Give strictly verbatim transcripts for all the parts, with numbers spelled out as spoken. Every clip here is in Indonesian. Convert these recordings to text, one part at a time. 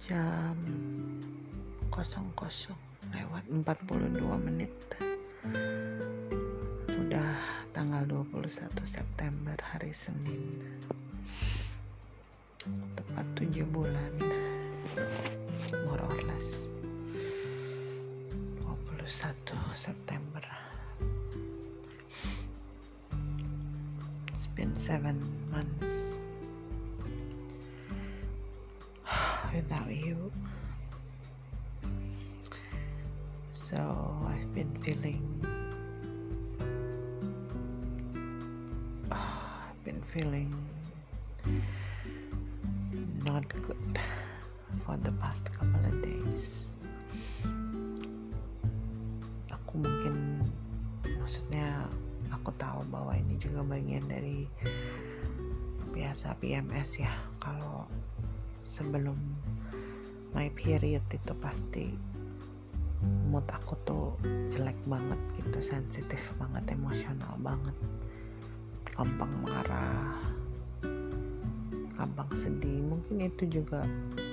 Jam kosong kosong lewat empat puluh dua menit. Udah tanggal dua puluh satu September, hari Senin. Tepat tujuh bulan, more or less. dua puluh satu September. It's been seven months without you. So I've been feeling I've been feeling not good for the past couple of days. Aku mungkin maksudnya aku tahu bahwa ini juga bagian dari biasa P M S ya. Kalau sebelum my period itu pasti mood aku tuh jelek banget gitu, sensitif banget, emosional banget, gampang marah, gampang sedih. Mungkin itu juga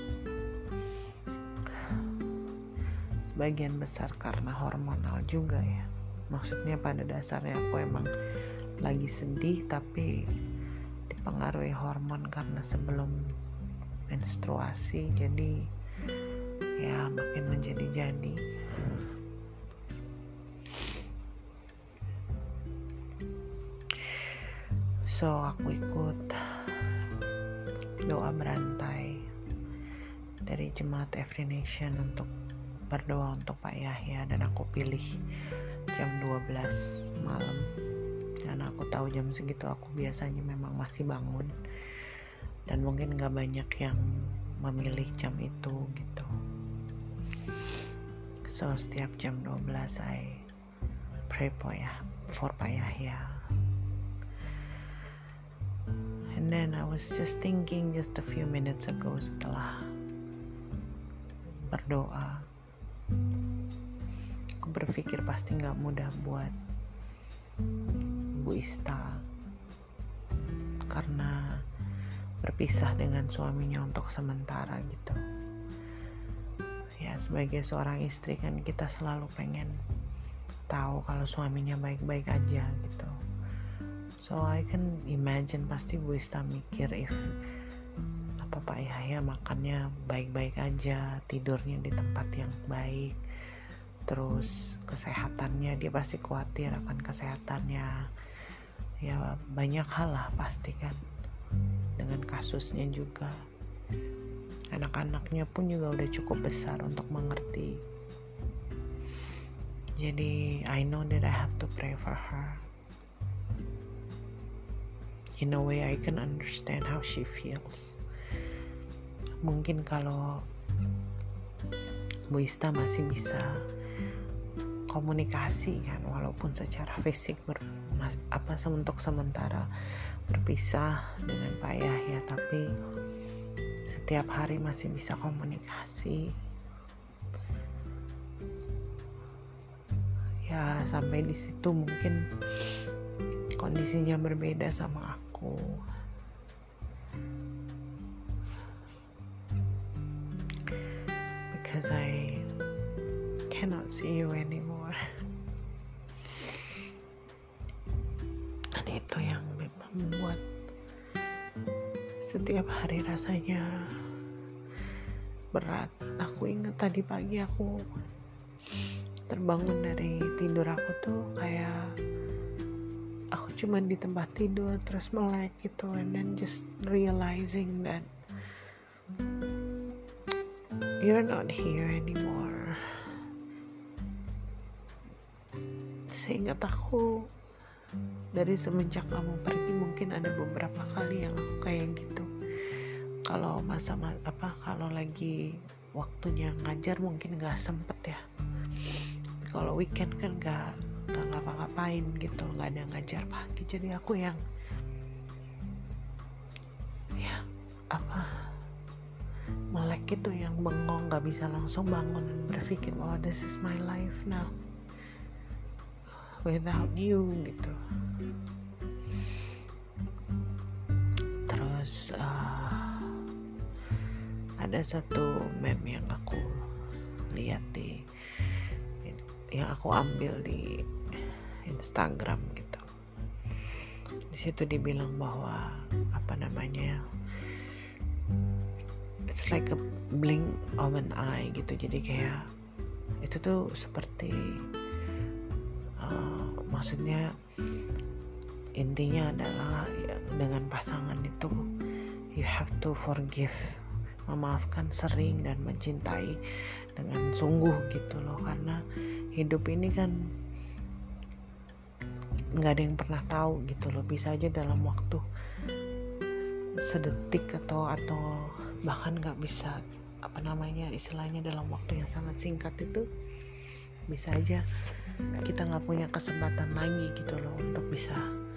sebagian besar karena hormonal juga ya. Maksudnya pada dasarnya aku emang lagi sedih, tapi dipengaruhi hormon karena sebelum menstruasi, jadi ya makin menjadi-jadi. So aku ikut doa berantai dari Jemaat Every Nation untuk berdoa untuk Pak Yahya, dan aku pilih jam dua belas malam, dan aku tahu jam segitu aku biasanya memang masih bangun, dan mungkin gak banyak yang memilih jam itu gitu. So setiap jam dua belas I pray for ya for Pak Yahya. And then I was just thinking just a few minutes ago, setelah berdoa, aku berpikir pasti gak mudah buat Bu Ista karena berpisah dengan suaminya untuk sementara gitu. Ya sebagai seorang istri kan kita selalu pengen tahu kalau suaminya baik-baik aja gitu. So I can imagine pasti Bu Ista mikir if apa Pak Yahya makannya baik-baik aja, tidurnya di tempat yang baik, terus kesehatannya, dia pasti khawatir akan kesehatannya. Ya banyak hal lah pasti kan. Dengan kasusnya juga, anak-anaknya pun juga udah cukup besar untuk mengerti. Jadi I know that I have to pray for her. In a way I can understand how she feels. Mungkin kalau Bu Ista masih bisa komunikasi kan, walaupun secara fisik ber, apa untuk sementara berpisah dengan Pak Yahya, tapi setiap hari masih bisa komunikasi. Ya sampai di situ mungkin kondisinya berbeda sama aku. Because I cannot see you anymore. Dan itu yang membuat setiap hari rasanya berat. Aku ingat tadi pagi aku terbangun dari tidur aku tuh kayak aku cuma di tempat tidur terus melek gitu, and then just realizing that you're not here anymore. Seingat aku dari semenjak kamu pergi mungkin ada beberapa kali yang aku kayak gitu. Kalau masa apa kalau lagi waktunya ngajar mungkin nggak sempet ya. Kalau weekend kan nggak nggak ngapa-ngapain gitu, nggak ada ngajar pagi. Jadi aku yang ya apa melek gitu, yang bengong, nggak bisa langsung bangun dan berpikir bahwa this is my life now without you gitu. Terus uh, ada satu meme yang aku lihat di yang aku ambil di Instagram gitu. Di situ dibilang bahwa apa namanya, it's like a blink of an eye gitu. Jadi kayak itu tuh seperti uh, maksudnya intinya adalah ya, dengan pasangan itu you have to forgive, memaafkan sering dan mencintai dengan sungguh gitu loh, karena hidup ini kan nggak ada yang pernah tahu gitu loh, bisa aja dalam waktu sedetik atau atau bahkan nggak bisa apa namanya istilahnya dalam waktu yang sangat singkat itu bisa aja kita nggak punya kesempatan lagi gitu loh untuk bisa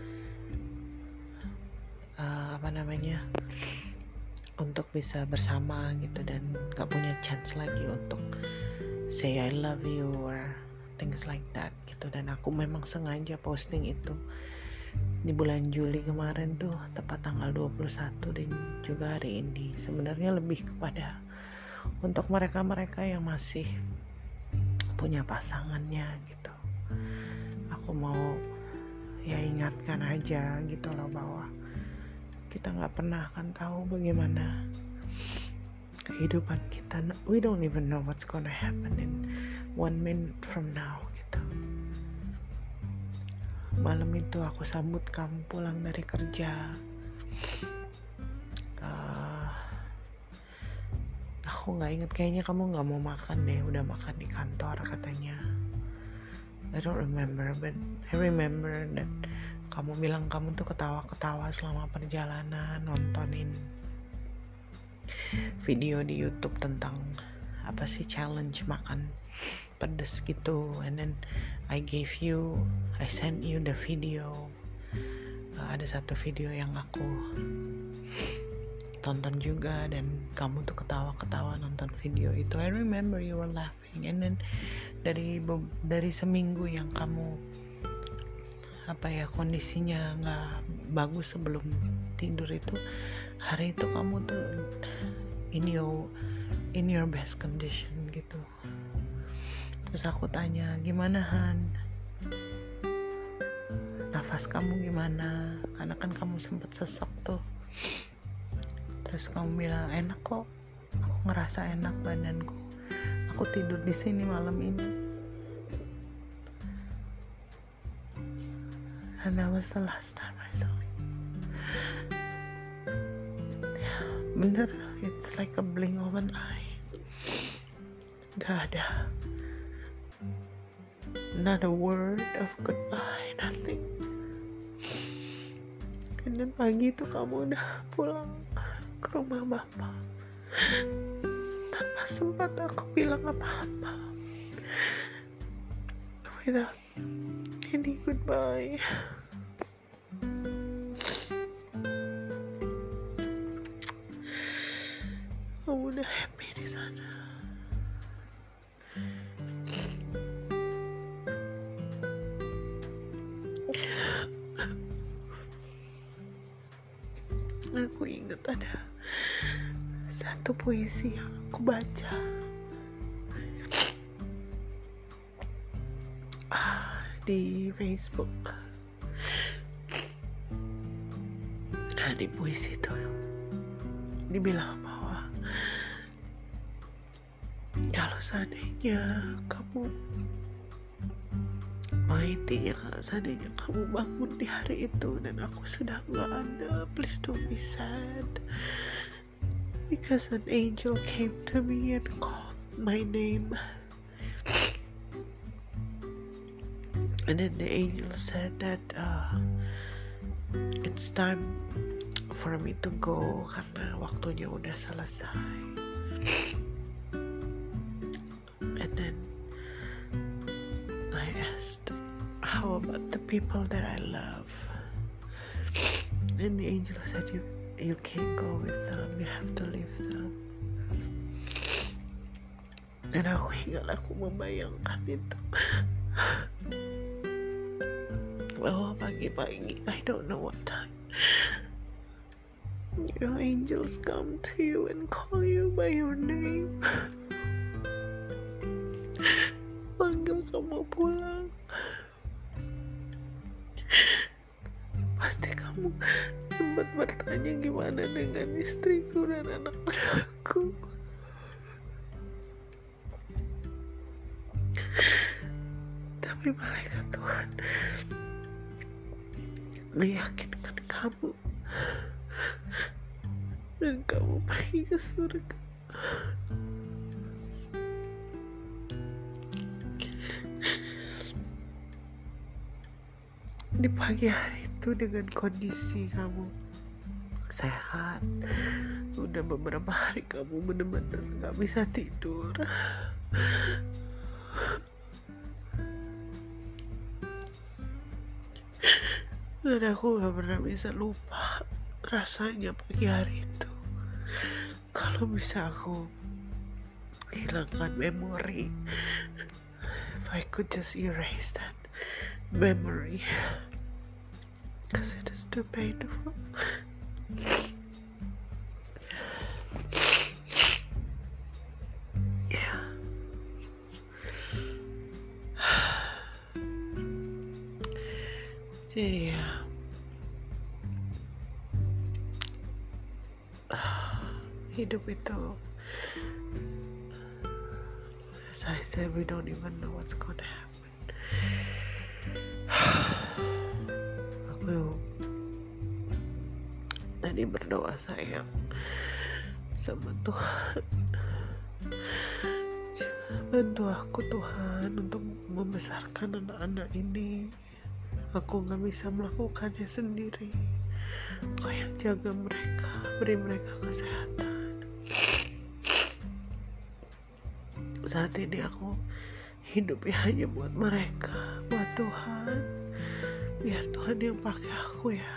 uh, apa namanya untuk bisa bersama gitu, dan gak punya chance lagi untuk say I love you or things like that gitu. Dan aku memang sengaja posting itu di bulan Juli kemarin tuh, tepat tanggal dua puluh satu dan juga hari ini. Sebenarnya lebih kepada untuk mereka-mereka yang masih punya pasangannya gitu. Aku mau ya ingatkan aja gitu loh bahwa kita nggak pernah akan tahu bagaimana kehidupan kita. We don't even know what's gonna happen in one minute from now gitu. Malam itu aku sambut kamu pulang dari kerja. Uh, aku nggak inget, kayaknya kamu nggak mau makan deh, udah makan di kantor katanya. I don't remember, but I remember that kamu bilang kamu tuh ketawa-ketawa selama perjalanan nontonin video di YouTube tentang apa sih challenge makan pedes gitu, and then I gave you, I sent you the video. Uh, ada satu video yang aku tonton juga dan kamu tuh ketawa-ketawa nonton video itu. I remember you were laughing, and then dari dari seminggu yang kamu apa ya kondisinya nggak bagus sebelum tidur itu, hari itu kamu tuh in your in your best condition gitu. Terus aku tanya, gimana Han, nafas kamu gimana, karena kan kamu sempet sesek tuh. Terus kamu bilang enak kok, aku ngerasa enak badanku, aku tidur di sini malam ini. And that was the last time I saw you. Ya, bener, it's like a blink of an eye. Gak ada, not a word of goodbye, nothing. And then pagi itu kamu udah pulang ke rumah bapak tanpa sempat aku bilang apa-apa, without any goodbye. Kamu udah happy di sana. Aku ingat ada satu puisi yang aku baca. Di Facebook. Nah, di puisi itu dibilang bahwa kalau seandainya kamu intinya kalau seandainya kamu bangun di hari itu dan aku sudah gak ada, please don't be sad, because an angel came to me and called my name. And then the angel said that uh, it's time for me to go karena waktunya udah selesai. And then I asked, how about the people that I love? And the angel said, you you can't go with them, you have to leave them. Dan aku ingat, aku membayangkan itu. Bahwa pagi-pagi, I don't know what time, Your angels come to you and call you by your name. Panggil kamu pulang. Pasti kamu sempat bertanya gimana dengan istriku dan anak-anakku. Tapi malaikat Tuhan meyakinkan kamu dan kamu pergi ke surga. Di pagi hari itu dengan kondisi kamu sehat, udah beberapa hari kamu benar-benar gak bisa tidur. Dan aku gak pernah bisa lupa rasanya pagi hari itu. Kalau bisa aku hilangkan memori, if I could just erase that memory, because it is too painful. Yeah. Jadi ya, hidup itu, as I said, we don't even know what's gonna happen. Aku tadi berdoa sayang sama Tuhan, bantu aku Tuhan untuk membesarkan anak-anak ini. Aku gak bisa melakukannya sendiri. Kau yang jaga mereka, beri mereka kesehatan. Saat ini aku hidupnya hanya buat mereka, buat Tuhan. Biar Tuhan yang pakai aku ya.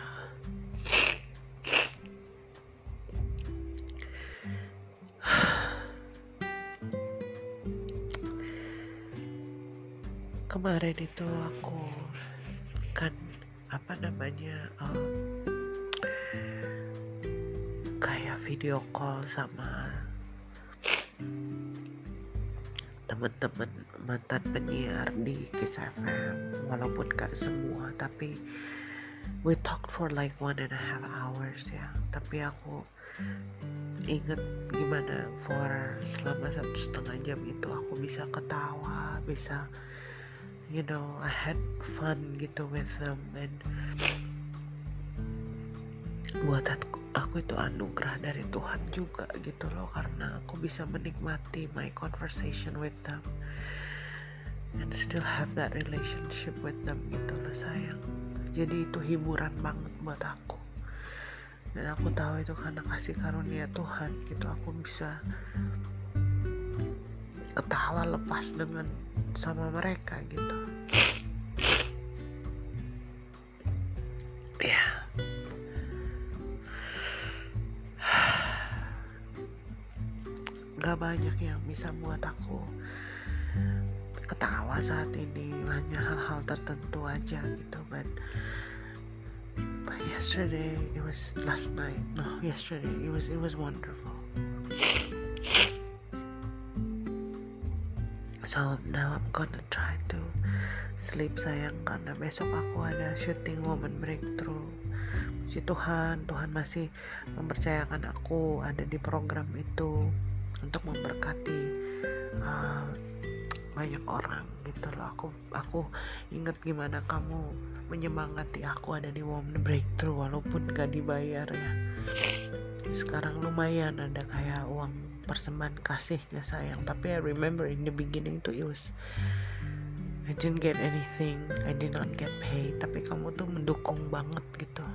Kemarin itu aku kan apa namanya um, kayak video call sama teman-teman mantan penyiar di Kiss F M, walaupun gak semua, tapi we talked for like one and a half hours ya. Tapi aku inget gimana for selama satu setengah jam itu aku bisa ketawa, bisa, you know, I had fun gitu with them. And buat aku, aku itu anugerah dari Tuhan juga gitu loh, karena aku bisa menikmati my conversation with them and still have that relationship with them gitu loh sayang. Jadi itu hiburan banget buat aku, dan aku tahu itu karena kasih karunia Tuhan gitu. Aku bisa ketawa lepas dengan sama mereka gitu. Ya, gak banyak yang bisa buat aku ketawa saat ini, hanya hal-hal tertentu aja gitu. But, but yesterday it was last night. No, yesterday it was it was wonderful. So now I'm gonna try to sleep sayang, karena besok aku ada syuting Woman Breakthrough. Puji Tuhan, Tuhan masih mempercayakan aku ada di program itu untuk memberkati uh, banyak orang gitu loh. Aku aku ingat gimana kamu menyemangati aku ada di Woman Breakthrough walaupun gak dibayar ya. Sekarang lumayan ada kayak uang persembahan kasihnya sayang. Tapi I remember in the beginning tuh it was, I didn't get anything, I did not get paid, tapi kamu tuh mendukung banget gitu.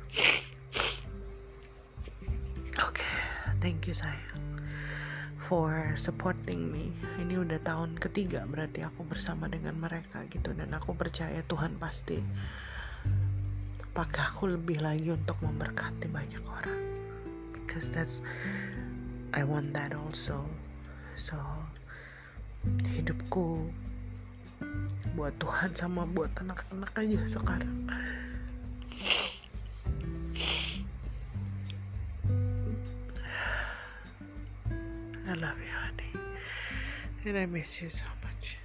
Oke, okay, thank you sayang for supporting me. Ini udah tahun ketiga berarti aku bersama dengan mereka gitu, dan aku percaya Tuhan pasti pakai aku lebih lagi untuk memberkati banyak orang, because that's, I want that also. So hidupku buat Tuhan sama buat anak-anak aja sekarang. I love you, honey, and I miss you so much.